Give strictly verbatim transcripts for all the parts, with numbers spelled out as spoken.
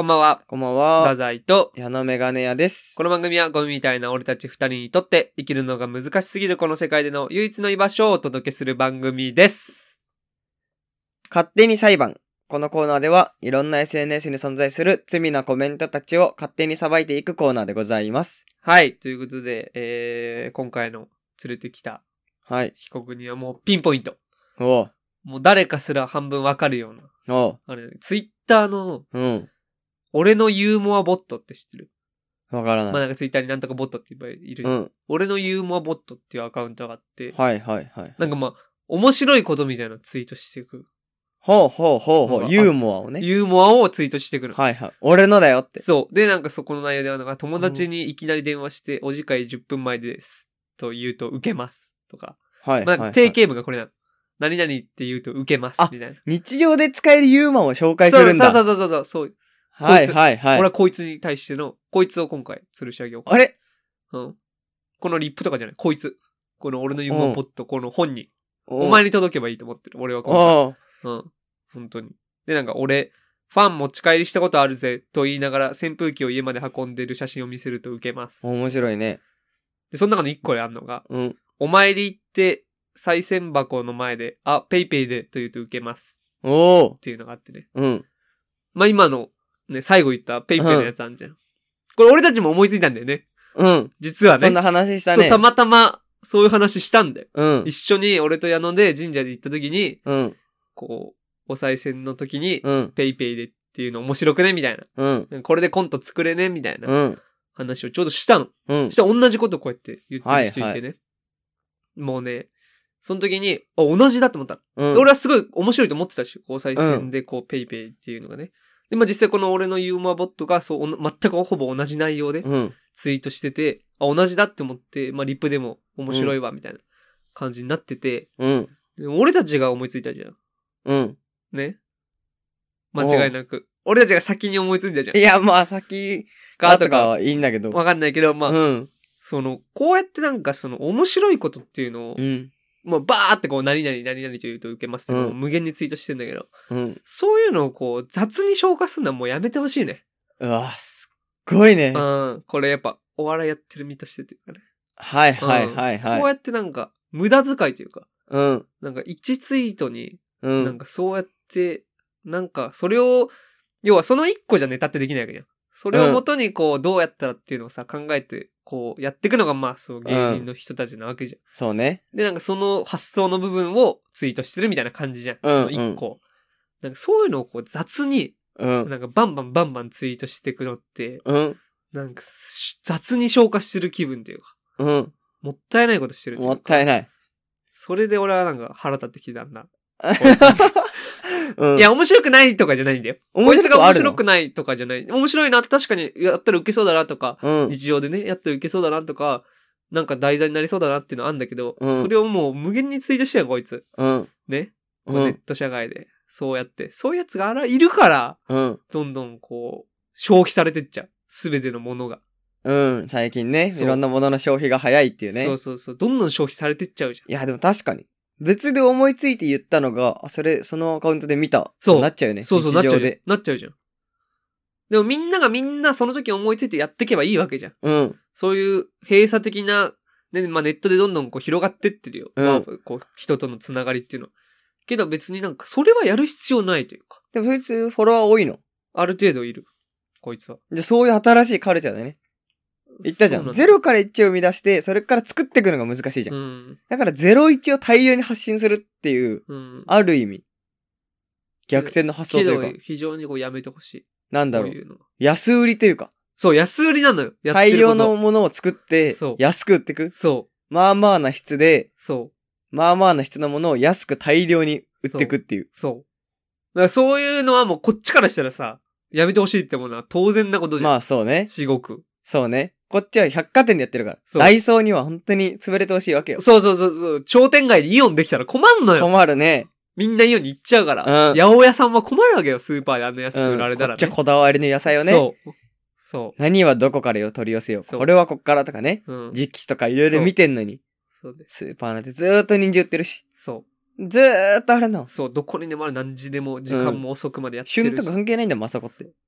こんばんは。 こんばんは。 太宰と矢野メガネ屋です。 この番組はゴミみたいな俺たち二人にとって生きるのが難しすぎるこの世界での唯一の居場所をお届けする番組です。 勝手に裁判。このコーナーではいろんな エスエヌエス に存在する罪なコメントたちを勝手に裁いていくコーナーでございます。 はい。ということで、えー、今回の連れてきたはい。 被告人はもうピンポイント。 おう。 もう誰かすら半分わかるような。 おう。 あれ、ツイッターのうん。 俺のユーモアボットって知ってる？ わからない。 まあなんかツイッターになんとかボットっていっぱいいる。 うん。 俺のユーモアボットっていうアカウントがあって。 はいはいはい。 なんかまあ、面白いことみたいなツイートしていく。 ほうほうほうほう。ユーモアをね。 ユーモアをツイートしてくる。 はいはい。俺のだよって。 そう。で、なんかそこの内容では、なんか友達にいきなり電話して、お時間じゅっぷんまえです。と言うと受けます。とか。 はい。 まあ、 はい、 定型文がこれなの。何々って言うと受けます。みたいな。 日常で使えるユーモアを紹介するんだ。 そうそうそうそうそう。 はいはいはい。 俺はこいつに対しての、こいつを今回吊るし上げようか。 あれうん。このリップとかじゃない。こいつ。この俺のユーモアポット、この本に。 おお前に届けばいいと思ってる。俺は今回。うん。本当に。で、なんか俺、ファン持ち帰りしたことあるぜと言いながら扇風機を家まで運んでる写真を見せると受けます。 面白いね。 で、その中の一個であんのが、 うん。 お参り行って賽銭箱の前で、あ、ペイペイでと言うと受けます。 おー。 っていうのがあってね。 うん。 まあ、今のね、最後言ったペイペイのやつあんじゃん。うん、これ俺たちも思いついたんだよね。 うん。 実はね。 そんな話したね。 そう、たまたまそういう話したんだよ。 うん。 一緒に俺と矢野で神社で行った時に、 うん。 こう、お賽銭の時に、 うん。 ペイペイでっていうの面白くねみたいな。 うん。 これでコント作れねみたいな。 うん。 話をちょうどしたの。 うん。 したら同じことこうやって言ってる人いてね。 はいはい、 もうね、その時に、あ、同じだと思った。うん、俺はすごい面白いと思ってたし、こう再戦でこう、ペイペイっていうのがね。で、まあ、実際この俺のユーモアボットが、そう、全くほぼ同じ内容で、ツイートしてて、うん、あ、同じだって思って、まあ、リップでも面白いわ、みたいな感じになってて、 うん。 で俺たちが思いついたじゃん。 うん。 ね。間違いなく。俺たちが先に思いついたじゃん。 いや、まあ、先かとかはいいんだけど。 わかんないけど、まあ、 うん、 その、こうやってなんかその、面白いことっていうのを、 うん、 もうバーってこう、何々何々と言うと受けますって、うん、無限にツイートしてんだけど、 うん、 そういうのをこう、雑に消化するのはもうやめてほしいね。 うわ、すっごいね。 うん。これやっぱ、お笑いやってる身としてというかね。 はいはいはいはい。 うん、こうやってなんか、無駄遣いというか、 うん。 なんか一ツイートに、 うん、 なんかそうやって、なんか、それを、要はその一個じゃネタってできないわけじゃん。それをもとにこう、どうやったらっていうのをさ、考えて、こう、やっていくのがまあ、そう、芸人の人たちなわけじゃん。うん、 そうね。 で、なんかその発想の部分をツイートしてるみたいな感じじゃん。うん、その一個。うん、なんかそういうのをこう、雑に、 うん、 なんかバンバンバンバンツイートしていくのって、 うん、 なんか、雑に消化してる気分っていうか。 うん。 もったいないことしてるっていうか。 もったいない。 それで俺はなんか腹立ってきたんだ。うん、いや、面白くないとかじゃないんだよ。こいつが面白くないとかじゃない。面白いな、確かにやったら受けそうだなとか、うん、日常でね、やったら受けそうだなとか、なんか題材になりそうだなっていうのあるんだけど、うん、それをもう無限にツイートしてんよ、こいつ。うん、ね、うん、ネット社会で。そうやって。そういうやつがあら、いるから、うん、どんどんこう、消費されてっちゃう。すべてのものが。 うん、最近ね、いろんなものの消費が早いっていうね。 そうそうそう。どんどん消費されてっちゃうじゃん。 いや、でも確かに。別で思いついて言ったのが、あ、それ、そのアカウントで見た。そう。なっちゃうよね。 そうそう、なっちゃうで。なっちゃうじゃん。でもみんながみんなその時思いついてやっていけばいいわけじゃん。うん。そういう閉鎖的な、ね、まあネットでどんどんこう広がってってるよ。うん。まあ、こう、人とのつながりっていうの。けど別になんかそれはやる必要ないというか。 でもそいつフォロワー多いの？ ある程度いる。こいつは。 じゃあそういう新しいカルチャーだね。言ったじゃん。ゼロからいちを生み出して、それから作っていくのが難しいじゃん。うん、だからゼロいちを大量に発信するっていう、うん、ある意味、逆転の発想というか。 けど非常にこうやめてほしい。 なんだろう。ういうの安売りというか。 そう、安売りなのよ。 やってること。大量のものを作って、安く売っていく。そう。まあまあな質で、そう。まあまあな質のものを安く大量に売っていくっていう。 そう。そう。だからそういうのはもうこっちからしたらさ、やめてほしいってものは当然なことじゃん。 まあそうね。 至極。 そうね。こっちは百貨店でやってるから。ダイソーには本当に潰れてほしいわけよ。 そうそうそうそう。商店街でイオンできたら困んのよ。 困るね。 みんなイオンに行っちゃうから。うん。八百屋さんは困るわけよ。スーパーであんな安く売られたらね。 うん、こっちはこだわりの野菜をね。 そう。そう。 何はどこからよ取り寄せよう。これはこっからとかね。うん。時期とかいろいろ見てんのに。そうです。スーパーなんてずーっと人参売ってるし。そう。ずーっとあれなの。 そう。どこにでもある何時でも時間も遅くまでやってるし。 うん、旬とか関係ないんだもん、あそこって。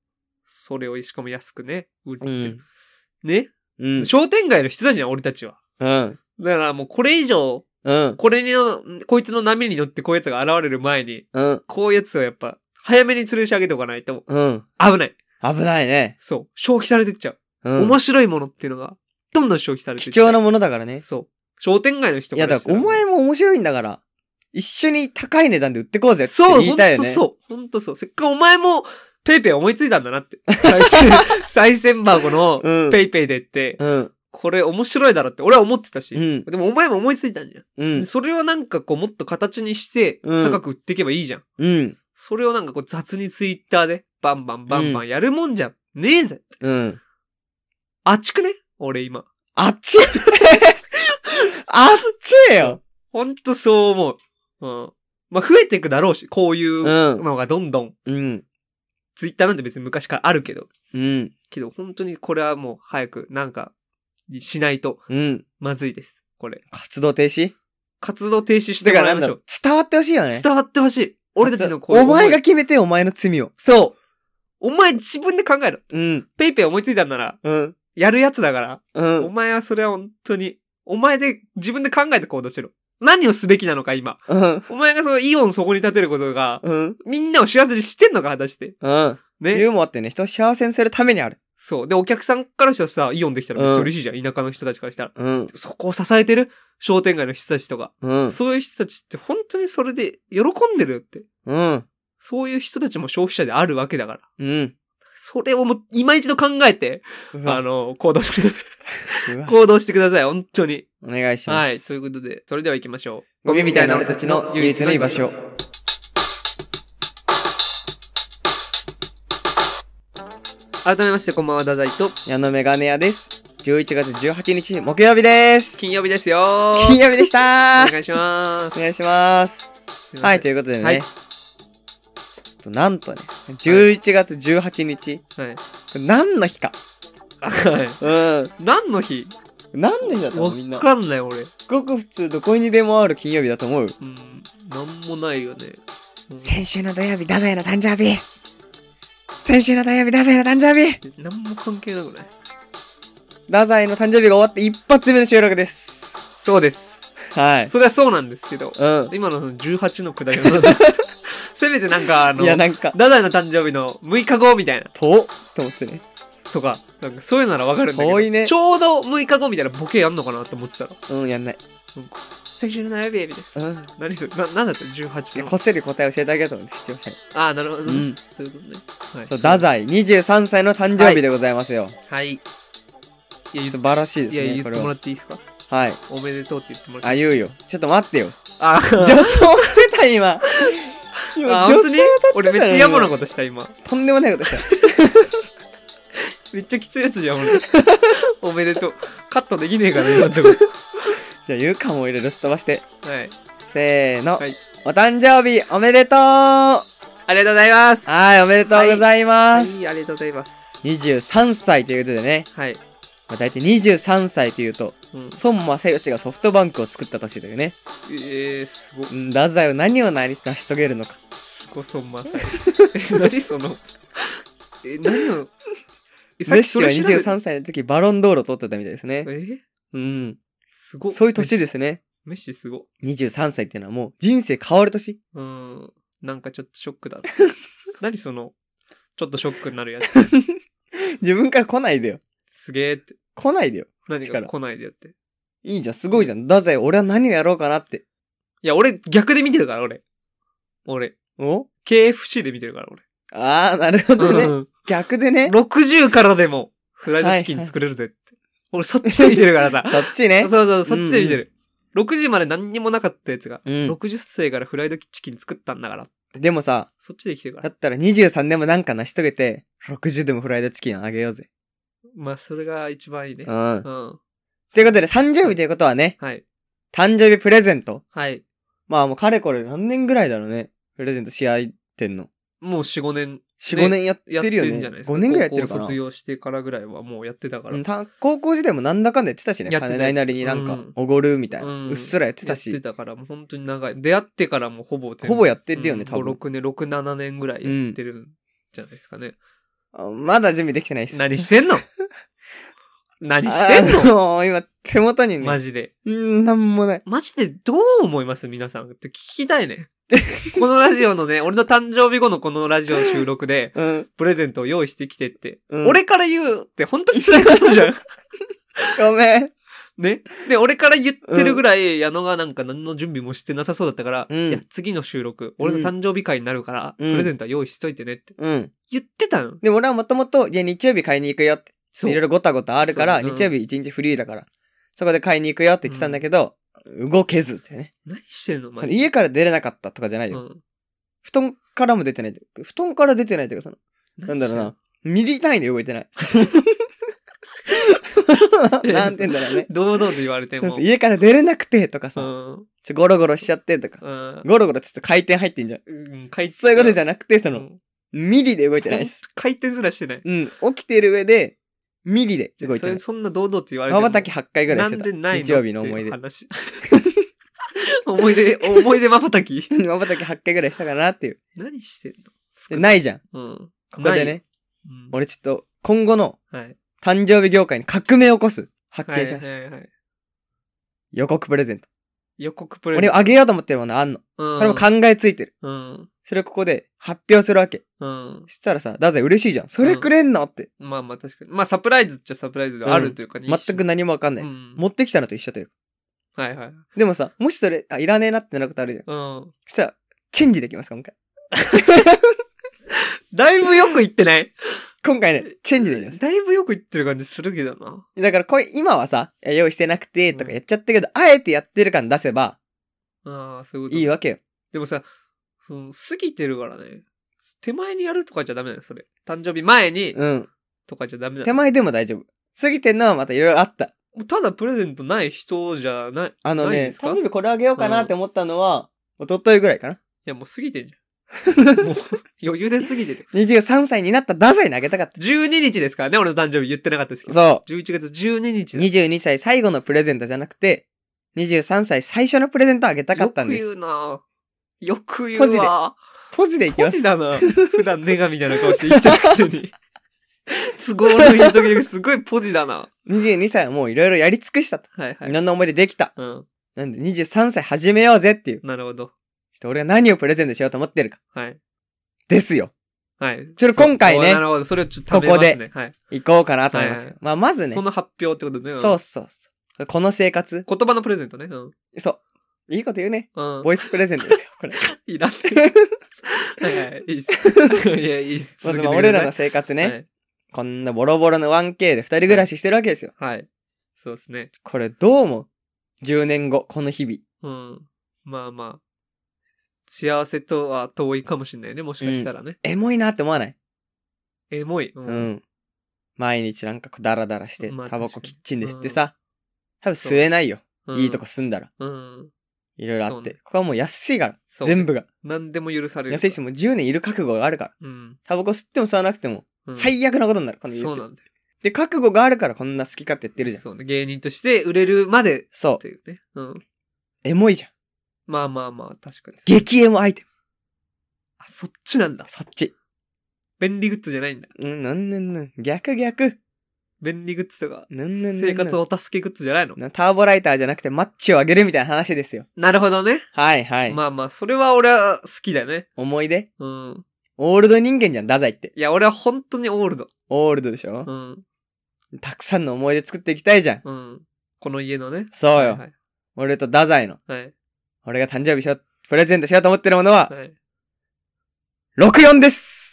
それをしかも安くね、売ってる。 うん。 ね、 うん。 商店街の人たちじゃん、俺たちは。 うん。 だからもうこれ以上、うん。これにの、こいつの波に乗ってこういうやつが現れる前に、うん。こういうやつをやっぱ、早めに吊るし上げておかないと、うん。危ない。 危ないね。 そう。消費されてっちゃう。うん。面白いものっていうのが、どんどん消費されてっちゃう。 貴重なものだからね。 そう。商店街の人からいや、だからお前も面白いんだから、一緒に高い値段で売ってこうぜって言いたいよね。 そう、ほんとそう。ほんとそう。せっかくお前も、ペイペイ思いついたんだなって。再銭箱のペイペイでって、うん、これ面白いだろって俺は思ってたし、うん、でもお前も思いついたんじゃん。うん、それをなんかこうもっと形にして高く売っていけばいいじゃん。うん、それをなんかこう雑にツイッターでバンバンバンバンやるもんじゃねえぜ。うん、あっちくね俺今。 あっちあっちよ。 ほんとそう思う。うん。まあ増えていくだろうし、こういうのがどんどん。うん。ツイッターなんて別に昔からあるけど。うん。けど本当にこれはもう早くなんかしないと。うん。まずいです。これ。 活動停止活動停止してもらいましょう。 伝わってほしいよね。 伝わってほしい。俺たちのこう。お前が決めてお前の罪を。 そう。お前自分で考えろ。うん。ペイペイ思いついたんなら。うん。やるやつだから。うん。お前はそれは本当に、お前で自分で考えて行動しろ。何をすべきなのか、今。うん。お前がそのイオンそこに立てることが、うん。みんなを幸せにしてんのか、果たして。うん。 ね。ユーモアってね、人を幸せにするためにある。 そう。で、お客さんからしたらさ、イオンできたらめっちゃ嬉しいじゃん。うん、田舎の人たちからしたら。うん。そこを支えてる商店街の人たちとか。うん。そういう人たちって本当にそれで喜んでるって。うん。そういう人たちも消費者であるわけだから。うん。それをもう、今一度考えて、あの、行動して、行動してください。本当に。 お願いします。 はい。ということで、それでは行きましょう。ゴミみたいな俺たちの唯一の居場所。 改めまして、こんばんは、太宰と、 矢野メガネ屋です。じゅういちがつじゅうはちにち、木曜日です。 金曜日ですよ。 金曜日でしたー。お願いします。 お願いします。はい、ということでね。はいなんとね、じゅういちがつじゅうはちにち。はい。何の日か。はい。 うん。何の日何の日だと思うみんな。 わかんない俺。 ごく普通どこにでもある金曜日だと思う。うん。 なんもないよね。 うん、先週の土曜日、太宰の誕生日。先週の土曜日、太宰の誕生日。 なんも関係なくない？ 太宰の誕生日が終わって一発目の収録です。 そうです。 はい。 それはそうなんですけど。うん。今のそのじゅうはちのくだりの。せめてなんかあの、 いやなんか、 ダダイの誕生日のむいかごみたいな。 とと思ってね。 とか、なんかそういうならわかるんだけど。 遠いね。 ちょうどむいかごみたいなボケやんのかなって思ってたら。 うん、やんない。 なんか、先週の悩みみたいな。うん。何それな、なんだったじゅうはちの。 こっそり答え教えてあげようと思って、視聴者に。 ああ、なるほどね。うん。そういうことね。 はい。そう、太宰、にじゅうさんさいの誕生日でございますよ。 はい。 いや素晴らしいですね。 いや、言ってもらっていいですか？ はい。 おめでとうって言ってもらっていい？ あ、言うよ。ちょっと待ってよ。あ、女装してた今。 今、女装だった俺めっちゃ野暮なことした今。 とんでもないことした。 めっちゃきついやつじゃん、俺。おめでとう。カットできねえから今んとこ。 じゃあ言うかも入れるすっ飛ばして。 はい。 せーの。はい。お誕生日おめでとう。ありがとうございます。 はい、おめでとうございます。 はい、はい、ありがとうございます。 にじゅうさんさいということでね。はい。まあ、大体にじゅうさんさいというと、うん、孫正義がソフトバンクを作った年だよね。 ええー、すごい。 んだざよ、何を成し遂げるのか。 すごそう、まさに。え、何その、え、何を、 え、メッシはにじゅうさんさいの時、バロンドールを取ってたみたいですね。 えうん。 すごい。 そういう年ですね。 メッシすご。 にじゅうさんさいっていうのはもう人生変わる年。 うん。なんかちょっとショックだ。何その、ちょっとショックになるやつ。 自分から来ないでよ。 すげーって。 来ないでよ。 何が来ないでよって。 いいじゃん、すごいじゃん。だぜ、俺は何をやろうかなって。 いや、俺逆で見てるから、俺。俺。 おケーエフシー で見てるから、俺。 あー、なるほどね。うん、逆でね。 ろくじゅうからでも、フライドチキン作れるぜって。はいはい、俺そっちで見てるからさ。 そっちね。 そうそう、そっちで見てる。うんうん、ろくじまで何にもなかったやつが、うん、ろくじゅっさいからフライドチキン作ったんだから。 でもさ、 そっちで生きてるから。 だったらにじゅうさんでもなんか成し遂げて、ろくじゅうでもフライドチキンあげようぜ。 まあ、それが一番いいね。 うん。うん。ということで、誕生日ということはね。 はい。 誕生日プレゼント。 はい。 まあもうかれこれ何年ぐらいだろうね。プレゼントし合ってんの。 もうよん、ごねん。 よん、ごねんやってるよね。やってるんじゃないですか。 ごねんぐらいやってるかな。 高校卒業してからぐらいはもうやってたから。 うん、た高校時代もなんだかんだやってたしね。金ないなりになんか、おごるみたいな、うん。うっすらやってたし。 やってたからもう本当に長い。出会ってからもほぼ全部。ほぼやってるよね、 うん、多分。ご、ろくねん、ろく、ななねんぐらいやってるんじゃないですかね。 まだ準備できてないっす。 何してんの何してんのもう今手元にね。 マジで。 うん、なんもない。 マジでどう思います皆さんって聞きたいね。このラジオのね、俺の誕生日後のこのラジオ収録で、うん、プレゼントを用意してきてって、うん、俺から言うって本当に辛いことじゃん。 ごめん。 ね。で、俺から言ってるぐらい、矢野がなんか何の準備もしてなさそうだったから、うん、いや、次の収録、俺の誕生日会になるから、うん、プレゼントは用意しといてねって。うん。言ってたの。 でも俺はもともと、いや、日曜日買いに行くよって。いろいろごたごたあるから、うん、日曜日一日フリーだから、そこで買いに行くよって言ってたんだけど、うん、動けずってね。 何してんのその家から出れなかったとかじゃないよ。うん、布団からも出てない。布団から出てないというか、その、なんだろうな、ミリ単位で動いてない。なんて言うんだろうね。 堂々と言われても。そうそう、家から出れなくてとかさ、うん、ちょゴロゴロしちゃってとか、うん、ゴロゴロちょっと回転入ってんじゃん。うん、回転そういうことじゃなくて、その、うん、ミリで動いてないです。 回転すらしてない。 うん。起きてる上で、ミリで動いてない。 そ, そんな堂々と言われても。 まばたきはちかいぐらいしてた。 なんでないの日曜日の思い出。 話思い出、思い出まばたきまばたきはちかいぐらいしたかなっていう。 何してんのないじゃん。うん。ここでね、うん、俺ちょっと今後の誕生日業界に革命を起こす発見しました。はいはいはい、予告プレゼント。 予告プレゼント。 俺あげようと思ってるものあんの。うん、これも考えついてる。うん。それをここで発表するわけ。うん。そしたらさ、だぜ嬉しいじゃん。それくれんのって。 うん、まあまあ確かに。まあサプライズっちゃサプライズであるというか、 うん、全く何もわかんない、うん。持ってきたのと一緒というか。 はいはい。 でもさ、もしそれ、あ、いらねえなってなることあるじゃん。うん。そしたら、チェンジできます、今回。 だいぶよく言ってない今回ね、チェンジできます。 だいぶよく言ってる感じするけどな。 だからこれ、今はさ、用意してなくて、とかやっちゃったけど、うん、あえてやってる感出せば、 ああ、そういうこと。 いいわけよ。 でもさ、その、過ぎてるからね。手前にやるとかじゃダメだよ、それ。誕生日前に、うん。とかじゃダメだ。 手前でも大丈夫。過ぎてんのはまたいろいろあった。 ただプレゼントない人じゃない。 あのね、誕生日これあげようかなって思ったのは、うん、一昨日ぐらいかな。いや、もう過ぎてんじゃん。もう、余裕で過ぎてる。 にじゅうさんさいになったダサいにあげたかった。 じゅうににちですからね、俺の誕生日言ってなかったですけど。 そう。 じゅういちがつじゅうににち。 にじゅうにさい最後のプレゼントじゃなくて、にじゅうさんさい最初のプレゼントあげたかったんです。 よく言うなよく言うわポジで。ポジでいきます。 ポジだな普段ネガみたいな顔して言っちゃうくせに。都合のいい時すごいポジだな。 にじゅうにさいはもういろいろやり尽くしたと。はいはい。いろんな思い出できた。うん。なんでにじゅうさんさい始めようぜっていう。 なるほど。 俺が何をプレゼントしようと思ってるか。はい。ですよ。 はい。 それ今回ね。 なるほど。それをちょっと食べますね。ここで。はい。 行こうかなと思いますよ。はいはい、まあまずね。 その発表ってことね。 そうそうそう。この生活。 言葉のプレゼントね。うん。 そう。いいこと言うね。うん。ボイスプレゼントですよ、これ。 いらんね。はいはい。いいっす。いや、いいっす。 まず俺らの生活ね。はい、こんなボロボロの ワンケー で二人暮らししてるわけですよ。 はい。そうですね。 これどう思う ?じゅう 年後、この日々。 うん。まあまあ。幸せとは遠いかもしれないね。もしかしたらね。 うん、エモいなって思わない？ エモい。うん。 うん、毎日なんかダラダラして、まあ、タバコキッチンで吸ってさ。うん、多分吸えないよ。いいとこ住んだら。うん。いろいろあって。ね、ここはもう安いから。全部が。 何でも許される。 安いし、もうじゅうねんいる覚悟があるから。うん。タバコ吸っても吸わなくても、最悪なことになる。この家って。そうなんだよ。で、覚悟があるからこんな好き勝手言ってるじゃん。 そうね。芸人として売れるまで。 そう。 っていうね。うん。 エモいじゃん。 まあまあまあ、確かに。 激エモアイテム。 あ、そっちなんだ。 そっち。 便利グッズじゃないんだ。 うん、なんなんなん。逆逆。 便利グッズとか。なんなんなん。生活お助けグッズじゃないの？ ターボライターじゃなくてマッチをあげるみたいな話ですよ。 なるほどね。 はいはい。 まあまあ、それは俺は好きだよね。 思い出？うん。オールド人間じゃん、太宰って。 いや、俺は本当にオールド。 オールドでしょ？うん。たくさんの思い出作っていきたいじゃん。うん。 この家のね。 そうよ。はいはい、俺と太宰の。はい。俺が誕生日しよう、プレゼントしようと思ってるものは、はい、ろくじゅうよんです。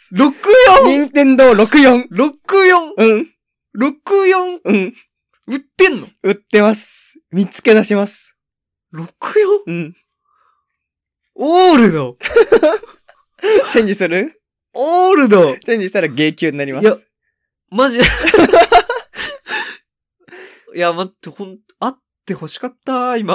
ろくじゅうよん？ 任天堂ろくじゅうよん。 ろくじゅうよん？うん。ろくじゅうよん？うん。売ってんの？ 売ってます。見つけ出します。 ろくじゅうよん？うん。オールドチェンジする？ オールドチェンジしたら永久になります。 いや、マジいや、待って、ほん、あって欲しかった、今。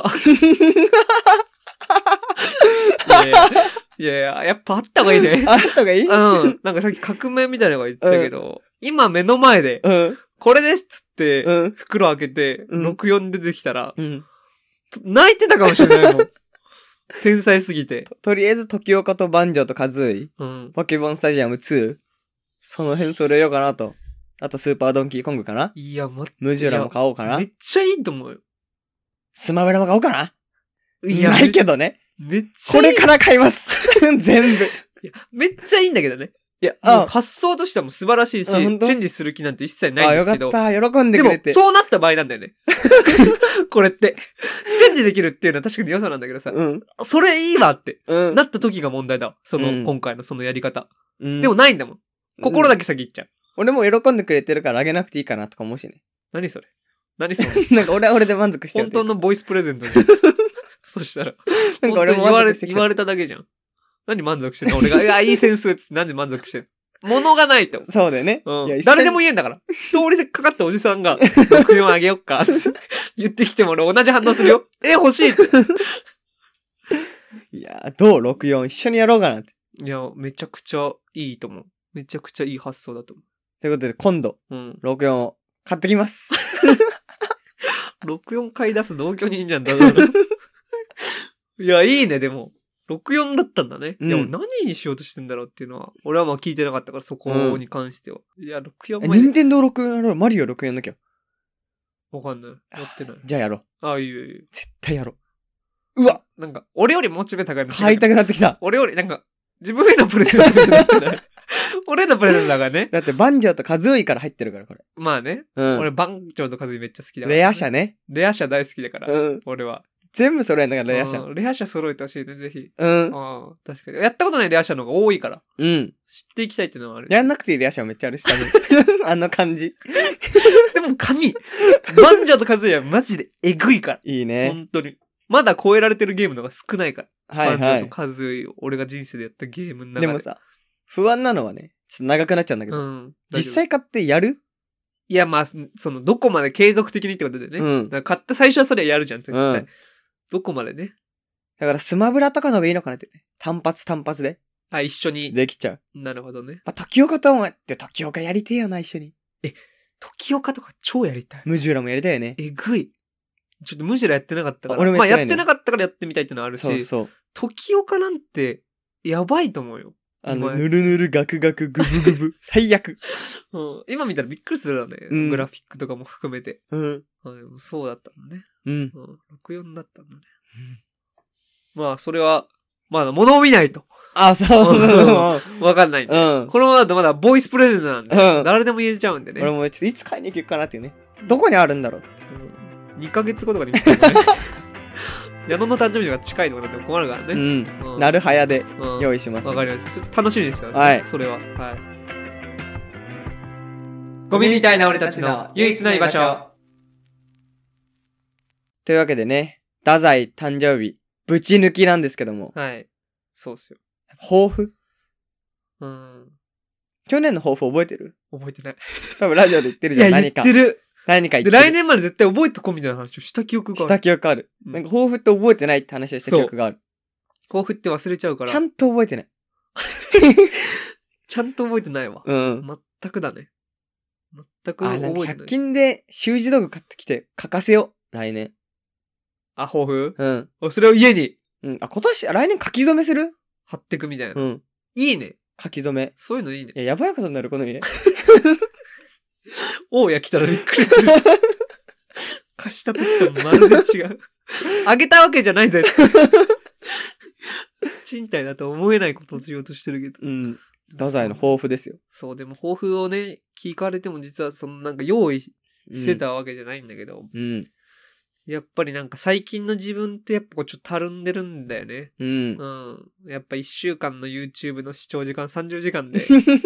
いやいや、いやいや、やっぱあった方がいいね。 あった方がいい？ うん。なんかさっき革命みたいなのが言ってたけど、うん、今目の前で、うん、これですっつって、うん、袋開けて、うん、ろくじゅうよん出てきたら、うん、泣いてたかもしれないもん。天才すぎて。 と, とりあえず、時岡とバンジョーとカズーイ、うん、ポケモンスタジアムツー、 その辺それようかなと。あとスーパードンキーコングかな。 いや、ま、 ムジュラも買おうかな。 めっちゃいいと思うよ。 スマブラも買おうかな。 いや、 ないけどね。 めっちゃいい。 これから買います。全部。いや、めっちゃいいんだけどね。いや、発想としてはもう素晴らしいし、チェンジする気なんて一切ないんですけど。 あ、よかった。喜んでくれて。 でも、そうなった場合なんだよね。これって。チェンジできるっていうのは確かに良さなんだけどさ。うん、それいいわって、うん。なった時が問題だわ。その、うん、今回のそのやり方。うん、でもないんだもん。心だけ先行っちゃう。 うん、俺も喜んでくれてるからあげなくていいかなとか思うしね。 何それ何それなんか俺は俺で満足しちゃう。 本当のボイスプレゼントに。そしたら。なんか俺も言われ、言われただけじゃん。何満足してんの俺が。いや、いいセンスっつって何で満足してんの物がないと。 そうだよね。 うん。いや誰でも言えんだから。通りでかかったおじさんが、ろくじゅうよんあげよっかって言ってきても俺同じ反応するよ。え、欲しいって。 いや、どう ろくじゅうよん 一緒にやろうかなって。 いや、めちゃくちゃいいと思う。めちゃくちゃいい発想だと思う。 ということで、今度、うん、ろくじゅうよんを買ってきます。 ろくじゅうよん買い出す同居人じゃん、だから。いや、いいね、でも。ろくじゅうよんだったんだね。うん、いや、何にしようとしてんだろうっていうのは、俺はまあ聞いてなかったから、そこに関しては。うん、いや、ろくじゅうよん前。任天堂ろくじゅうよんやろう。マリオろくじゅうよんだっけ。 わかんない。やってない。 じゃあやろう。 ああ、いいよいいよ。 絶対やろう。うわなんか、俺よりモチベ高いの。 買いたくなってきた。 俺より、なんか、自分へのプレゼントになってない。俺のプレゼントだからね。 だって、バンジョーとカズーイから入ってるから、これ。 まあね。うん、俺、バンジョーとカズーイめっちゃ好きだから、 ね。レア車ね。 レア車大好きだから。うん。俺は。 全部揃えんだから、レア車。 レア車揃えてほしいね、ぜひ。うん。ああ、確かに。やったことないレア車の方が多いから。うん。知っていきたいっていうのはある。 やんなくていいレア車めっちゃあるし、多分。あの感じ。 でも、神。バンジョーとカズーイはマジでえぐいから。 いいね。 本当に。まだ超えられてるゲームの方が少ないから。 はいはい。 バンジョーとカズーイ、俺が人生でやったゲームの中で。 でもさ、不安なのはね、ちょっと長くなっちゃうんだけど。うん。実際買ってやる？ いや、まあ、その、どこまで継続的にってことでね。うん。だから買った最初はそれはやるじゃん、絶対。うん。どこまでね。 だからスマブラとかの方がいいのかなってね。単発単発で。 あ、一緒に。 できちゃう。 なるほどね。 まあ、時岡ともやって、時岡やりてえよな、一緒に。 え、時岡とか超やりたい。 ムジュラもやりたいよね。 えぐい。ちょっとムジュラやってなかったから。俺もやってない、ね。まあやってなかったからやってみたいってのはあるし。そうそう。時岡なんて、やばいと思うよ。 あの、ぬるぬるガクガクグブグブ。最悪。 うん。今見たらびっくりするよね。うん、グラフィックとかも含めて。うん。あでもそうだったんだね。うん。うん、ろくじゅうよんだったんだね。うん、まあ、それは、まだ物を見ないと。 あ、そう。 わかんないんで。うん。このままだとまだボイスプレゼントなんで。うん。誰でも言えちゃうんでね。 俺もちょっといつ買いに行くかなっていうね。どこにあるんだろう。 うん、にかげつごとかに行くからね。矢野の誕生日が近いとかだって困るからね。うん。 うん、なるはやで用意します、 ね。わ、うん、かりました。楽しみでした、ね。はい。それは。はい。ゴミみたいな俺たちの唯一の居場所。 というわけでね、太宰誕生日、ぶち抜きなんですけども。 はい。そうっすよ。 抱負？うん。去年の抱負覚えてる？ 覚えてない。 多分ラジオで言ってるじゃん、何か。 言ってる。 何か言ってる。 で、来年まで絶対覚えとこうみたいな話をした記憶がある。 した記憶ある。うん、なんか抱負って覚えてないって話をした記憶がある。 抱負って忘れちゃうから。 ちゃんと覚えてない。 ちゃんと覚えてないわ。うん。全くだね。全く覚えてない。あ、なんかひゃく均で習字道具買ってきて書かせよう。来年。 あ、抱負？うん。お、それを家に。 うん。あ、今年、来年書き初めする？ 貼ってくみたいな。うん。いいね。 書き初め。 そういうのいいね。 いや、やばいことになる、この家。 大家来たらびっくりする。貸した時とまるで違う。あげたわけじゃないぜ。賃貸だと思えないことをしようとしてるけど。うん。 太宰の抱負ですよ。 そう、でも抱負をね、聞かれても実はそのなんか用意してたわけじゃないんだけど。うん。やっぱりなんか最近の自分ってやっぱこうちょっとたるんでるんだよね。うん。うん。やっぱ一週間の YouTube の視聴時間さんじゅうじかんで。うん、やっ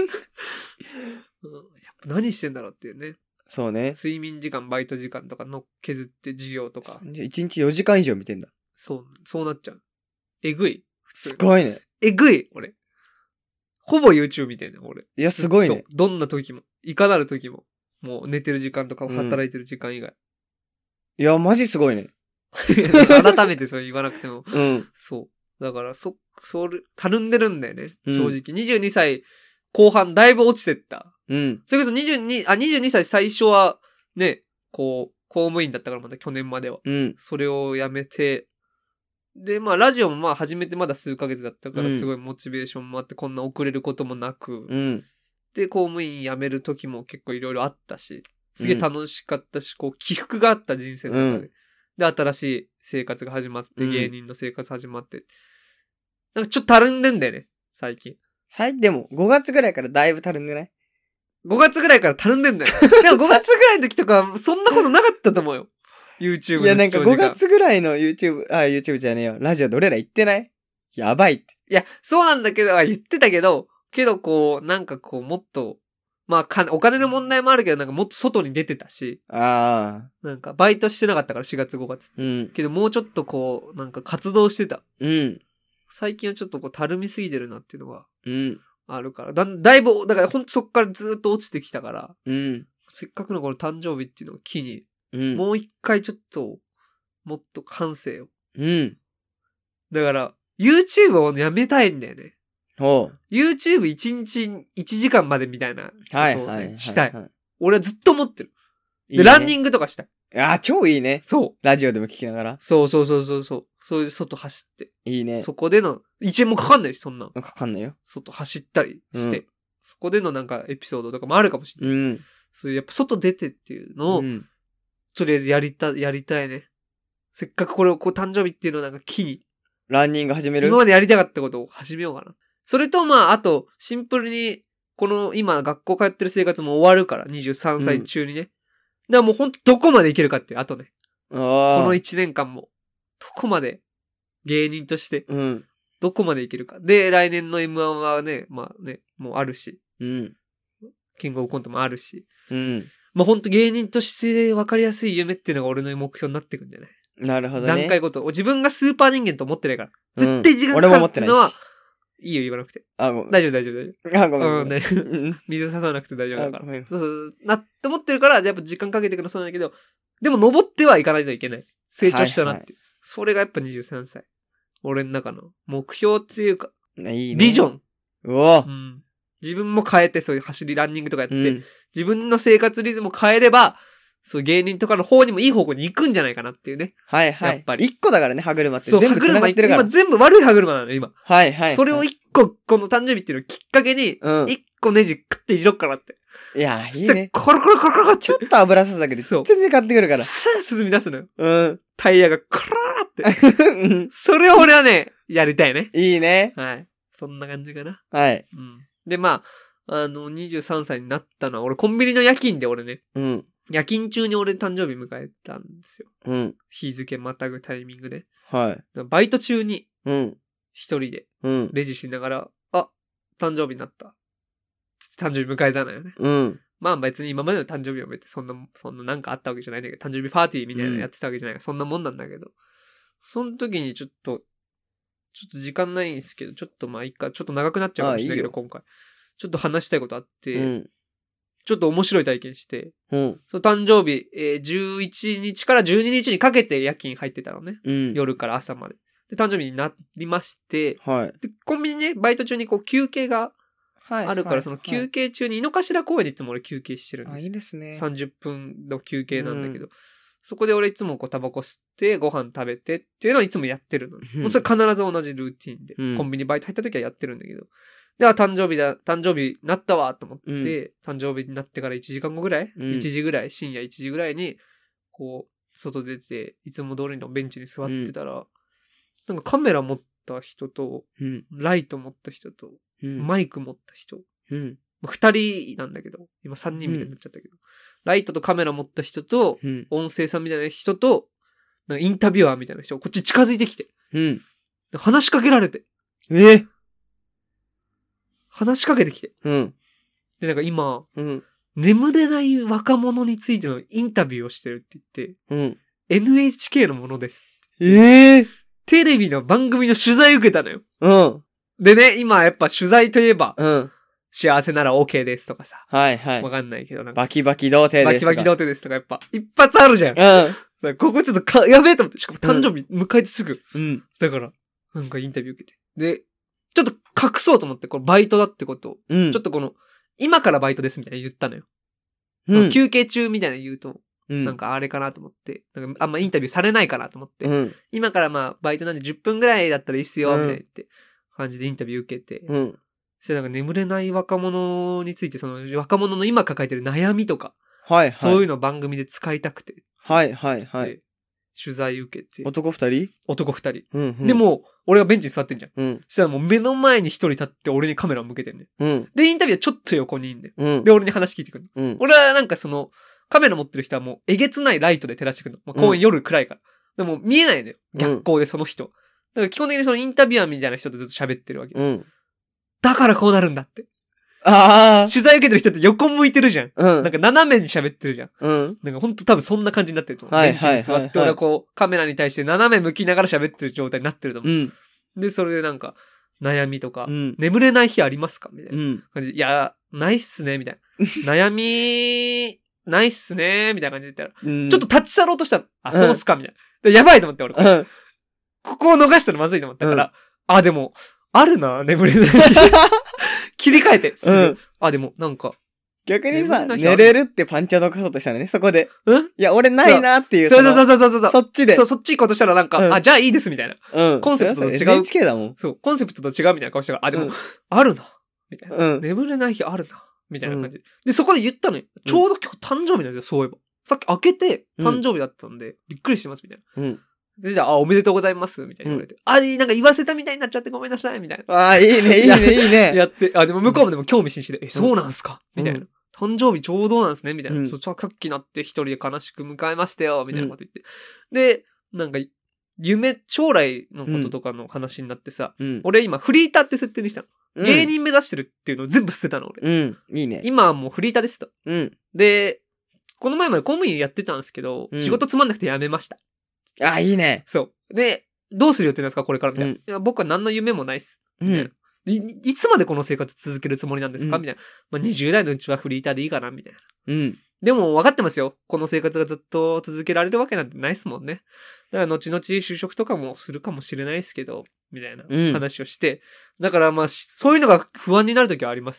ぱ何してんだろうっていうね。 そうね。 睡眠時間、バイト時間とかの削って授業とか。 いちにちよじかん以上見てんだ。 そう、そうなっちゃう。えぐい。 すごいね。 えぐい、俺。ほぼ YouTube 見てんねん、俺。 いや、すごいねど。どんな時も。いかなる時も。もう寝てる時間とか働いてる時間以外。 うん、いや、マジすごいね。 改めてそれ言わなくても。うん。そう。だから、そ、それ、たるんでるんだよね。正直。うん、にじゅうにさい後半だいぶ落ちてった。うん。それこそにじゅうに、あ、にじゅうにさい最初は、ね、こう、公務員だったからまだ去年までは。うん。それをやめて、で、まあ、ラジオもまあ、始めてまだ数ヶ月だったから、すごいモチベーションもあって、こんな遅れることもなく、うん。 って公務員辞める時も結構いろいろあったし、すげえ楽しかったし、うん、こう起伏があった人生の中で、うん、で、新しい生活が始まって、芸人の生活始まって、うん、なんかちょっとたるんでんだよね、最近。 最近でもごがつぐらいからだいぶたるんでない？ ご 月ぐらいからたるんでんだよ。でもごがつぐらいの時とか、そんなことなかったと思うよ。YouTube の。 いや、なんかごがつぐらいの YouTube、あ、YouTube じゃねえよ。ラジオで俺ら言ってない？やばいって。 いや、そうなんだけど、言ってたけど、けどこう、なんかこう、もっと、まあ、か、お金の問題もあるけど、なんかもっと外に出てたし。 ああ。 なんか、バイトしてなかったから、しがつごがつって。うん。けど、もうちょっとこう、なんか活動してた。うん。最近はちょっとこう、たるみすぎてるなっていうのが。うん。あるから。だ、だいぶ、だからほんとそっからずっと落ちてきたから。うん。せっかくのこの誕生日っていうのを機に。うん。もう一回ちょっと、もっと感性を。うん。だから、YouTube をやめたいんだよね。お YouTube いちにちいちじかんまでみたいなことを、ね、はいはいはいはい、したい。俺はずっと思ってる。で、いいね、ランニングとかしたい。 ああ、超いいね。 そう。 ラジオでも聞きながら。 そうそうそうそうそう。そういう外走って。 いいね。 そこでの、いちえんもかかんないし、そんな。 かかんないよ。 外走ったりして、うん、そこでのなんかエピソードとかもあるかもしれない。うん。そういうやっぱ外出てっていうのを、うん、とりあえずやりた、やりたいね。せっかくこれをこう誕生日っていうのをなんか木に。 ランニング始める？ 今までやりたかったことを始めようかな。それとまあ、あと、シンプルに、この今学校通ってる生活も終わるから、にじゅうさんさい中にね。うん、だからもうほんとどこまでいけるかっていう、あとね。このいちねんかんも、どこまで芸人として、どこまでいけるか。うん、で、来年の エムワン はね、まあね、もうあるし。うん。キングオブコントもあるし。うん。まあほんと芸人として分かりやすい夢っていうのが俺の目標になってくんじゃない？ なるほどね。 段階ごと。自分がスーパー人間と思ってないから。絶対時間かかるっていうのは、いいよ言わなくて。あ、ごめん。大丈夫大丈夫大丈夫。あ、ごめん。うん、大丈夫。水刺さなくて大丈夫だから。そうそう。なって思ってるから、やっぱ時間かけていくのそうなんだけど、でも登ってはいかないといけない。成長したなって。はいはい、それがやっぱにじゅうさんさい。俺の中の目標っていうか、いいね、ビジョン。うお、うん。自分も変えて、そういう走り、ランニングとかやって、うん、自分の生活リズムを変えれば、そう芸人とかの方にもいい方向に行くんじゃないかなっていうね。 はいはい。やっぱり。一個だからね、歯車って。全部繋がってるから。 今全部悪い歯車なの、今。 はいはい。 それを一個、この誕生日っていうのをきっかけに、一個ネジ食っていじろっかなって。 いや、いいね。 コロコロコロコロって。 ちょっと油さすだけで、全然変わってくるから。 さあ、進み出すのよ。うん。タイヤがコローって。それを俺はね、やりたいね。 いいね。 はい。そんな感じかな。 はい。 うん。で、まあ、あの、にじゅうさんさいになったのは、俺コンビニの夜勤で俺ね。うん。夜勤中に俺誕生日迎えたんですよ。うん。日付またぐタイミングで。はい。バイト中に、うん。一人で、うん。レジしながら、あ、誕生日になった。つって誕生日迎えたのよね。うん。まあ別に今までの誕生日は別にそんな、そんななんかあったわけじゃないんだけど、誕生日パーティーみたいなのやってたわけじゃないから、うん、そんなもんなんだけど。その時にちょっと、ちょっと時間ないんですけど、ちょっとまあいいか、ちょっと長くなっちゃうかもしれないけど、いい今回。ちょっと話したいことあって、うん、ちょっと面白い体験して、うん、その誕生日、えー、じゅういちにちからじゅうににちにかけて夜勤入ってたのね。うん、夜から朝まで。で、誕生日になりまして、はい、でコンビニね、バイト中にこう休憩があるから、はい、その休憩中に井の頭公園でいつも俺休憩してるんですよ。 あ、いいですね。 さんじゅっぷんの休憩なんだけど、うん、そこで俺いつもこうタバコ吸ってご飯食べてっていうのをいつもやってるの。うん、もうそれ必ず同じルーティンで、うん、コンビニバイト入った時はやってるんだけど、では誕生日だ、誕生日になったわと思って、うん、誕生日になってからいちじかんごぐらい、うん、いちじぐらい、深夜いちじぐらいに、こう、外出て、いつも通りのベンチに座ってたら、うん、なんかカメラ持った人と、うん、ライト持った人と、うん、マイク持った人、うん、まあ、ふたりなんだけど、今さんにんみたいになっちゃったけど、うん、ライトとカメラ持った人と、うん、音声さんみたいな人と、なんかインタビュアーみたいな人、こっち近づいてきて、うん、話しかけられて、 えー話しかけてきて。うん。で、なんか今、うん、眠れない若者についてのインタビューをしてるって言って、うん、エヌエイチケー のものです。 ええー、 テレビの番組の取材受けたのよ。うん。でね、今やっぱ取材といえば、うん、幸せなら OK ですとかさ。 はいはい。 わかんないけどなんか。 バキバキ童貞ですとか。 バキバキ童貞ですとかやっぱ、一発あるじゃん。うん。ここちょっとか、やべえと思って、しかも誕生日迎えてすぐ。うん。だから、なんかインタビュー受けて。で、ちょっと隠そうと思って、これバイトだってことを、うん、ちょっとこの、今からバイトですみたいな言ったのよ。うん、休憩中みたいな言うと、うん、なんかあれかなと思って、なんかあんまインタビューされないかなと思って、うん、今からまあバイトなんでじゅっぷんぐらいだったらいいっすよ、みたいな言って、感じでインタビュー受けて、うん、 そしてなんか眠れない若者について、その若者の今抱えてる悩みとか、 はいはい。 そういうのを番組で使いたくて。 はいはいはい。 取材受けて。 男二人男二人。 うんうん、 でも、俺がベンチに座ってんじゃん。 うん。 そしたらもう目の前に一人立って俺にカメラを向けてんね。 うん。 で、インタビューはちょっと横にいんね。 うん。 で、俺に話聞いてくるの。うん。 俺はなんかその、カメラ持ってる人はもうえげつないライトで照らしてくるの。まあ、公園夜暗いから。でも見えないのよ。逆光でその人。だから基本的にそのインタビュアーみたいな人とずっと喋ってるわけ。 うん。 だからこうなるんだって。 ああ。 取材受けてる人って横向いてるじゃん。 うん。 なんか斜めに喋ってるじゃん。 うん。 なんかほんと多分そんな感じになってると思う。 はいベンチに座って、俺はこう、カメラに対して斜め向きながら喋ってる状態になってると思う。 うん。 で、それでなんか、悩みとか、 うん、 眠れない日ありますかみたいな感じで、うん、いや、ないっすね、みたいな。悩み、ないっすね、みたいな感じで言ったら、うん、ちょっと立ち去ろうとしたら、あ、そうっすか、みたいな。でやばいと思って、俺。うん、ここを逃したらまずいと思ったから、うん、あ、でも、あるな、眠れない日。切り替えて、すぐ。うん、あ、でも、なんか、 逆にさ、寝れるってパンチを残そうとしたらね、そこで。 うんいや、俺ないなっていう。 そうそうそうそうそう。 そっちで。 そう、そっち行こうとしたらなんか、うん、あ、じゃあいいですみたいな。 うん。 コンセプトと違う。 エヌエイチケー だもん。 そう、コンセプトと違うみたいな顔したから、あ、でも、うん、あるな。みたいな。うん。眠れない日あるな。みたいな感じで。うん、で、そこで言ったのよ。ちょうど今日誕生日なんですよ、そういえば。さっき開けて誕生日だったんで、うん、びっくりしてます、みたいな。うん。で、じゃあ、あ、おめでとうございます、みたいな言われて。うん、あ、なんか言わせたみたいになっちゃってごめんなさい、みたいな。 ああ、いいね、いいね、いいね。 やって、あ、でも向こうもでも興味津々で、え、そうなんすかみたいな。誕生日ちょうどなんですねみたいな。うん、そっちはさっきなって一人で悲しく迎えましたよみたいなこと言って。うん、で、なんか、夢、将来のこととかの話になってさ、うん、俺今フリーターって設定にしたの。うん、芸人目指してるっていうのを全部捨てたの、俺。 うん。いいね。 今はもうフリーターですと。 うん。 で、この前まで公務員やってたんですけど、うん、仕事つまんなくて辞めました。 あ、いいね。 そう。で、どうする予定なんですかこれからみたいな。うん、いや僕は何の夢もないっす。みたいな。うんい, いつまでこの生活続けるつもりなんですか、うん、みたいな。まあ、にじゅう代のうちはフリーターでいいかなみたいな。 うん。 でも分かってますよ。この生活がずっと続けられるわけなんてないっすもんね。だから後々就職とかもするかもしれないですけど、みたいな話をして。うん、だからまあ、そういうのが不安になるときはあります。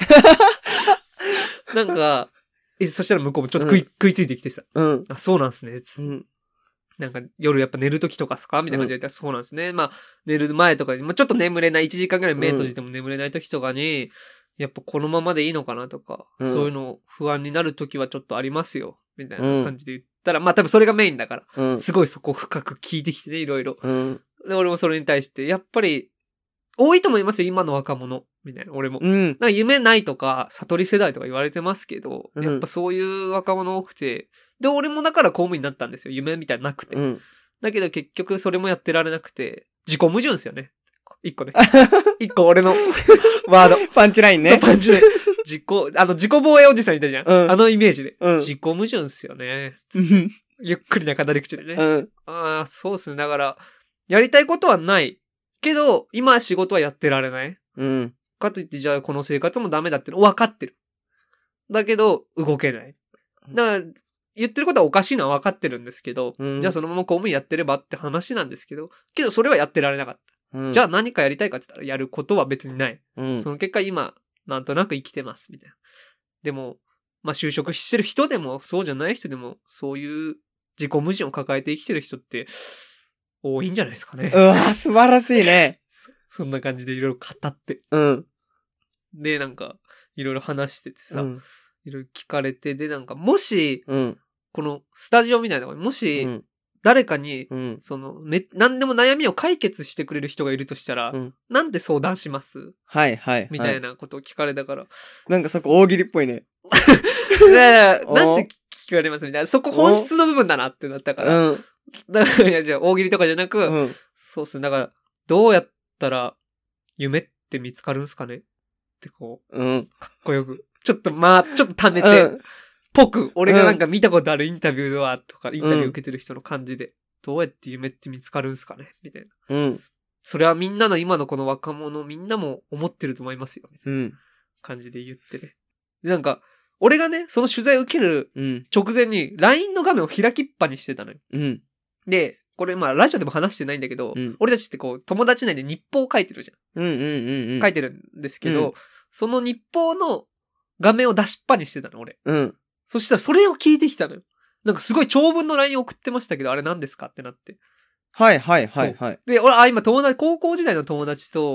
なんか、え、そしたら向こうもちょっと食い、うん、食いついてきてさ。 うん。 あ、そうなんすね。つって。うんなんか夜やっぱ寝るときとかすかみたいな感じで言ったら、そうなんですね。うん、まあ寝る前とかに、まあちょっと眠れない、いちじかんぐらい目閉じても眠れないときとかに、うん、やっぱこのままでいいのかなとか、うん、そういうの不安になるときはちょっとありますよ。みたいな感じで言ったら、うん、まあ多分それがメインだから、うん、すごいそこ深く聞いてきてね、いろいろ。うん、で、俺もそれに対して、やっぱり、多いと思いますよ、今の若者。みたいな、俺も。 うん、 なんか夢ないとか、悟り世代とか言われてますけど、やっぱそういう若者多くて、で、俺もだから公務員になったんですよ。夢みたいななくて。 うんだけど結局それもやってられなくて、自己矛盾ですよね。一個ね。一個俺のワード。 パンチラインね。 そう、パンチライン。自己、あの、自己防衛おじさんいたじゃん。うん、あのイメージで。 うん、 自己矛盾っすよね。ゆっくりな語り口でね。 うん、 ああ、そうっすね。だから、やりたいことはない。けど、今仕事はやってられない。 うん、 かといって、じゃあこの生活もダメだっての分かってる。だけど、動けない。だから、言ってることはおかしいのは分かってるんですけど、うん、じゃあそのまま公務員やってればって話なんですけど、けどそれはやってられなかった。うん、じゃあ何かやりたいかって言ったらやることは別にない。 うん、 その結果今、なんとなく生きてます、みたいな。でも、まあ就職してる人でも、そうじゃない人でも、そういう自己矛盾を抱えて生きてる人って、多いんじゃないですかね。 うわぁ、素晴らしいねそ。そんな感じでいろいろ語って。 うん。 で、なんか、いろいろ話しててさ、 うんいろいろ聞かれて、で、なんか、もし、 うん、 このスタジオみたいなのもし、 うん、 誰かに、 うん、 その、め、何でも悩みを解決してくれる人がいるとしたら、 うん、 なんで相談しますはいはい、はい。 みたいなことを聞かれたから。 なんかそこ大喜利っぽいね。 だからなんで聞かれますみたいな。そこ本質の部分だなってなったから。 うん、 だから、いや、じゃあ大喜利とかじゃなく、 うん、 そうっすね。だから、どうやったら夢って見つかるんすかねってこう、うん、 かっこよく。ちょっとまあ、ちょっと溜めて、うんぽく、俺がなんか見たことあるインタビューは、とか、インタビュー受けてる人の感じで、うん、どうやって夢って見つかるんすかねみたいな。 うん。 それはみんなの今のこの若者、みんなも思ってると思いますよ。みたいな感じで言ってね。で、なんか、俺がね、その取材を受ける直前に、ライン の画面を開きっぱにしてたのよ。 うん。 で、これまあ、ラジオでも話してないんだけど、 うん、 俺たちってこう、友達内で日報を書いてるじゃん。 うんうんうんうん。 書いてるんですけど、うん、その日報の画面を出しっぱにしてたの、俺。 うん。 そしたらそれを聞いてきたのよ。なんかすごい長文の ライン 送ってましたけど、あれ何ですかってなって。 はいはいはいはい。 で、俺、あ、今友達、高校時代の友達と、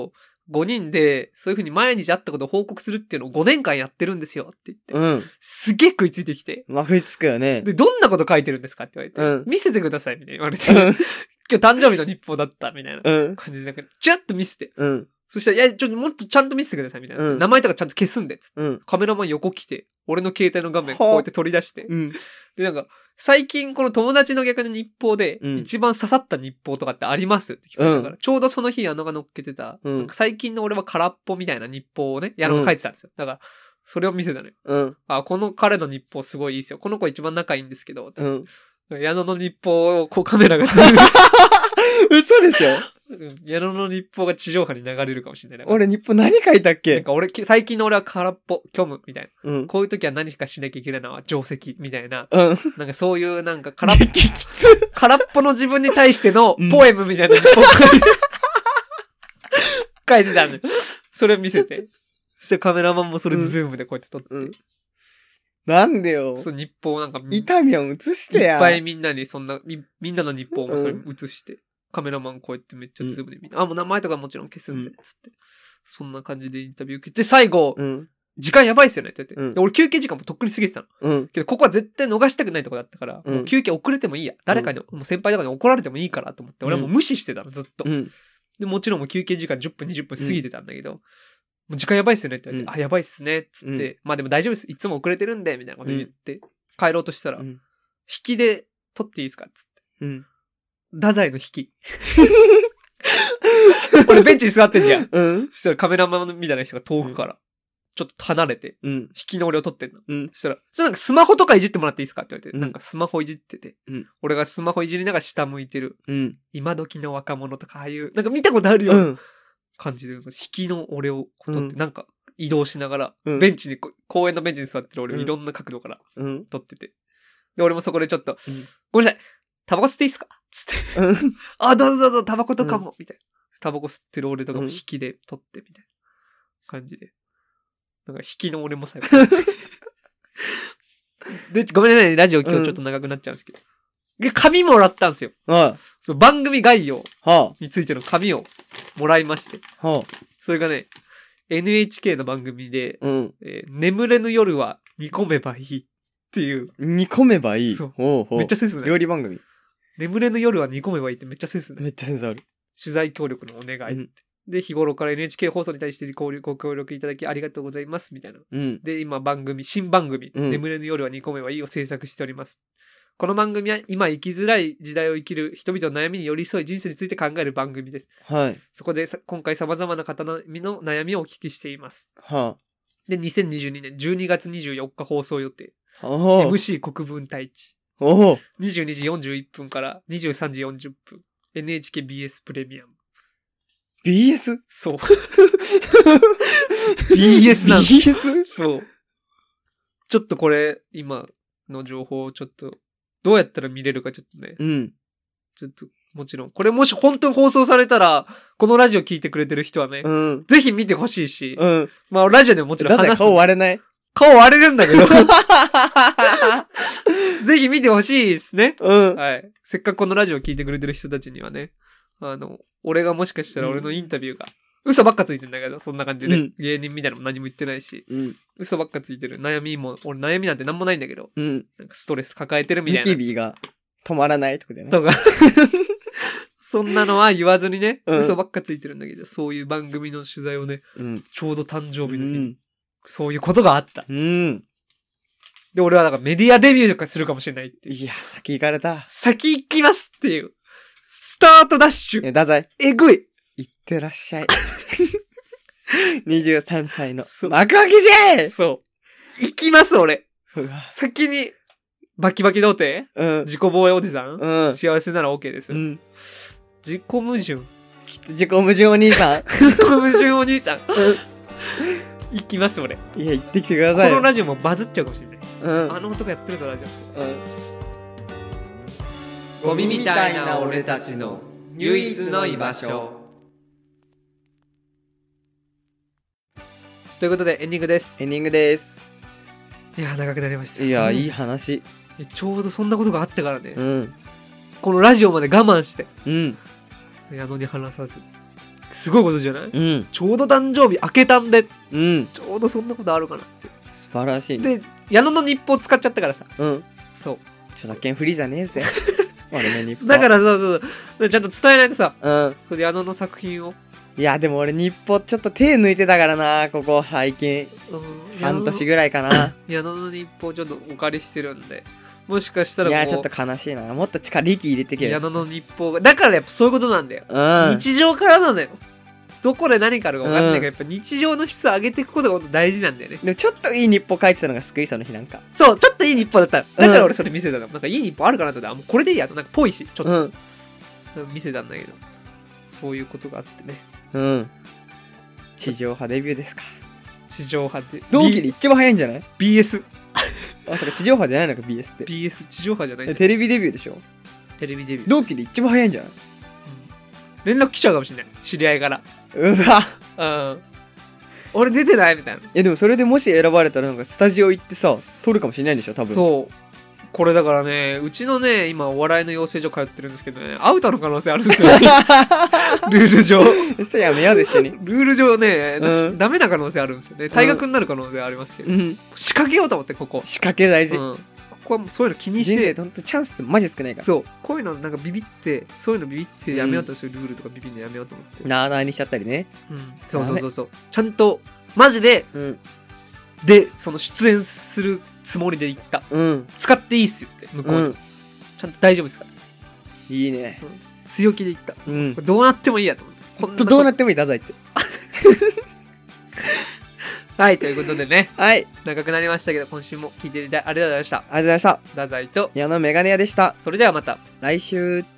ごにんで、そういう風に毎日会ったことを報告するっていうのをごねんかんやってるんですよって言って。うん。すげえ食いついてきて。 まあ、食いつくよね。 で、どんなこと書いてるんですかって言われて。うん。見せてくださいみたいな言われて。うん、今日誕生日の日報だったみたいな感じで、なんか、チラッと見せて。うん。そしたら、いや、ちょっともっとちゃんと見せてくださいみたいな。うん、名前とかちゃんと消すんで。つって、うん。カメラマン横来て、俺の携帯の画面こうやって取り出して。うん。で、なんか、最近この友達の逆の日報で、一番刺さった日報とかってありますって聞かれたから、うん、ちょうどその日矢野が乗っけてた、うん、なんか最近の俺は空っぽみたいな日報をね、矢野が書いてたんですよ。だから、それを見せたのよ。うん、あ、この彼の日報すごいいいですよ。この子一番仲いいんですけど、うん、矢野の日報をこうカメラがずる嘘でしょ矢野の日報が地上波に流れるかもしれない。 俺日報何書いたっけ？ なんか俺、最近の俺は空っぽ、虚無みたいな、うん。こういう時は何かしなきゃいけないのは定石みたいな。うん。なんかそういうなんか空っぽ、空っぽの自分に対してのポエムみたいな日報を書いて、書いてたんで。それを見せて。そしてカメラマンもそれズームでこうやって撮って。うんうん、 なんでよ。 そう、日報なんか。 痛みを映してや。 いっぱいみんなにそんな、み、みんなの日報もそれ映して。うん、カメラマンこうやってめっちゃズームで見て、うん、あ、もう名前とかもちろん消すんで、つって。そんな感じでインタビュー受けて、最後、うん、時間やばいっすよねって言って、うん、で俺休憩時間もとっくに過ぎてたの。うん、けどここは絶対逃したくないとこだったから、うん、もう休憩遅れてもいいや。誰かに、もう先輩とかに怒られてもいいからと思って、俺はもう無視してたの、ずっと。うん、で、もちろんもう休憩時間じゅっぷん、にじゅっぷん過ぎてたんだけど、うん、もう時間やばいっすよねって言われて、うん、あ、やばいっすね、つって、うん、まあでも大丈夫です。いつも遅れてるんで、みたいなこと言って、帰ろうとしたら、うん、引きで撮っていいですかつって。うん太宰の引き。俺ベンチに座ってんじゃん。うん。そしたらカメラマンみたいな人が遠くから、ちょっと離れて、うん。引きの俺を撮ってんの。うん。そしたら、そなんかスマホとかいじってもらっていいですかって言われて、うん、なんかスマホいじってて、うん。俺がスマホいじりながら下向いてる。うん。今時の若者とかああいう、なんか見たことあるよ。うん。感じで、引きの俺を撮って、うん、なんか移動しながら、うん、ベンチに、公園のベンチに座ってる俺をいろんな角度から撮ってて。で、俺もそこでちょっと、うん、ごめんなさい。タバコ吸っていいっすかつって。あ、どうぞどうぞ、タバコとかも、うん、みたいな。タバコ吸ってる俺とかも引きで撮って、みたいな感じで。なんか引きの俺も最後。で、ごめんなさい、ラジオ今日ちょっと長くなっちゃうんですけど。で、紙もらったんですよ。はい。そう、番組概要についての紙をもらいまして。はあ、それがね、エヌエイチケー の番組で、うんえー、眠れぬ夜は煮込めばいいっていう。 煮込めばいい？ そう。ほうほうめっちゃセンスね。 料理番組。 眠れぬ夜は煮込めばいいってめっちゃセンスね。 めっちゃセンスある。 取材協力のお願い、うん。で、日頃から エヌエイチケー 放送に対してご協力いただきありがとうございます。みたいな。うん、で、今番組、新番組、うん、眠れぬ夜は煮込めばいいを制作しております。この番組は今生きづらい時代を生きる人々の悩みに寄り添い人生について考える番組です。はい。そこで今回様々な方の悩みをお聞きしています。はあ、で、にせんにじゅうにねんじゅうにがつにじゅうよっか放送予定。はあ、エムシー 国分太一。おにじゅうにじよんじゅういっぷんからにじゅうさんじよんじゅっぷん。エヌエイチケービーエス プレミアム。 ビーエス? そう。ビーエス なんだ。 ビーエス? そう。ちょっとこれ、今の情報をちょっと、どうやったら見れるかちょっとね。うん。ちょっと、もちろん。これもし本当に放送されたら、このラジオ聞いてくれてる人はね、うん、ぜひ見てほしいし、うん。まあ、ラジオでももちろん話す。 顔割れない？ 顔割れるんだけど。ぜひ見てほしいですね。うん。はい。せっかくこのラジオ聞いてくれてる人たちにはね、あの、俺がもしかしたら俺のインタビューが、うん、嘘ばっかついてんだけど、そんな感じで、うん、芸人みたいなのも何も言ってないし、うん、嘘ばっかついてる悩みも、俺悩みなんて何もないんだけど、うん、なんかストレス抱えてるみたいな。 ニキビが止まらないとかじゃない？ とか。そんなのは言わずにね、うん、嘘ばっかついてるんだけど、そういう番組の取材をね、うん、ちょうど誕生日の日に、うん、そういうことがあった。うん。で、俺はだからメディアデビューとかするかもしれないっていう。 いや、先行かれた。 先行きますっていう。スタートダッシュ。 え、だざい。 えぐい。 いってらっしゃい。にじゅうさんさいの幕開けじゃい。 そう。行きます、俺。先に、バキバキ童貞、うん、自己防衛おじさん、うん、幸せなら OK です。うん、自己矛盾。 自己矛盾お兄さん。 自己矛盾お兄さん。行きます、俺。 いや、行ってきてください。 このラジオもバズっちゃうかもしれない。うん、あの男やってるぞ、ラジオ。うん、ゴミみたいな俺たちの唯一の居場所。ということでエンディングです。 エンディングです。 いや長くなりました。 いや、うん、いい話。 ちょうどそんなことがあったからね、うん、このラジオまで我慢して、うん、矢野に話さずすごいことじゃない？ うん。 ちょうど誕生日明けたんで、 うん。 ちょうどそんなことあるかなって。 素晴らしいね。 で、矢野の日報使っちゃったからさ。 うん。 そう。 著作権フリーじゃねえぜ。俺の日報。 だからそうそうそう。ちゃんと伝えないとさ。 うん。 それで矢野の作品を。 いや、でも俺日報ちょっと手抜いてたからな、ここ最近。うん。半年ぐらいかな。 矢野の日報ちょっとお借りしてるんで。もしかしたらいや、ちょっと悲しいな。もっと力力入れてけよ。 矢野の日報が。だからやっぱそういうことなんだよ。うん。日常からなのよ。どこで何かあるか分かんないけど、うん、やっぱ日常の質を上げていくことが本当大事なんだよね。 でもちょっといい日報書いてたのが救い、その日なんか。 そう、ちょっといい日報だった。だから俺それ見せたの。うん、なんかいい日報あるかなと思ったら、もうこれでいいやと、なんかぽいし、ちょっと。うん、見せたんだけど。そういうことがあってね。 うん。地上波デビューですか。 地上波で。 同期で一番早いんじゃない？ ビーエス。 あ、それ地上波じゃないのか、ビーエス って。 ビーエス、地上波じゃない。 テレビデビューでしょ？ テレビデビュー。 同期で一番早いんじゃない？ 連絡来ちゃうかもしれない。知り合いから。 うわ。 うん。俺出てないみたいな。 え、でもそれでもし選ばれたらなんかスタジオ行ってさ、撮るかもしれないんでしょ多分。 そう。これだからね、うちのね、今お笑いの養成所通ってるんですけどね、アウトの可能性あるんですよ。ルール上。 そやめようぜ、一緒に。 ルール上ね、うん、ダメな可能性あるんですよね。退学になる可能性ありますけど。うん、仕掛けようと思って、ここ。 仕掛け大事。うんここはもうそういうの気にして人生ほんとチャンスってマジ少ないからそうこういうのなんかビビってそういうのビビってやめようとするルールとかビビるのやめようと思って、 うん、なあなあにしちゃったりね、 うん、そうそうそうそうちゃんとマジで、うん、でその出演するつもりで言った、うん、使っていいっすよって向こうに、うん、ちゃんと大丈夫ですからいいね、 うん、強気で言った、うん、どうなってもいいやと思ってほんとどうなってもいいだぞいってはい、ということでね。 はい。 長くなりましたけど、今週も聞いていただいてありがとうございました。 ありがとうございました。 太宰と矢野メガネ屋でした。 それではまた。 来週。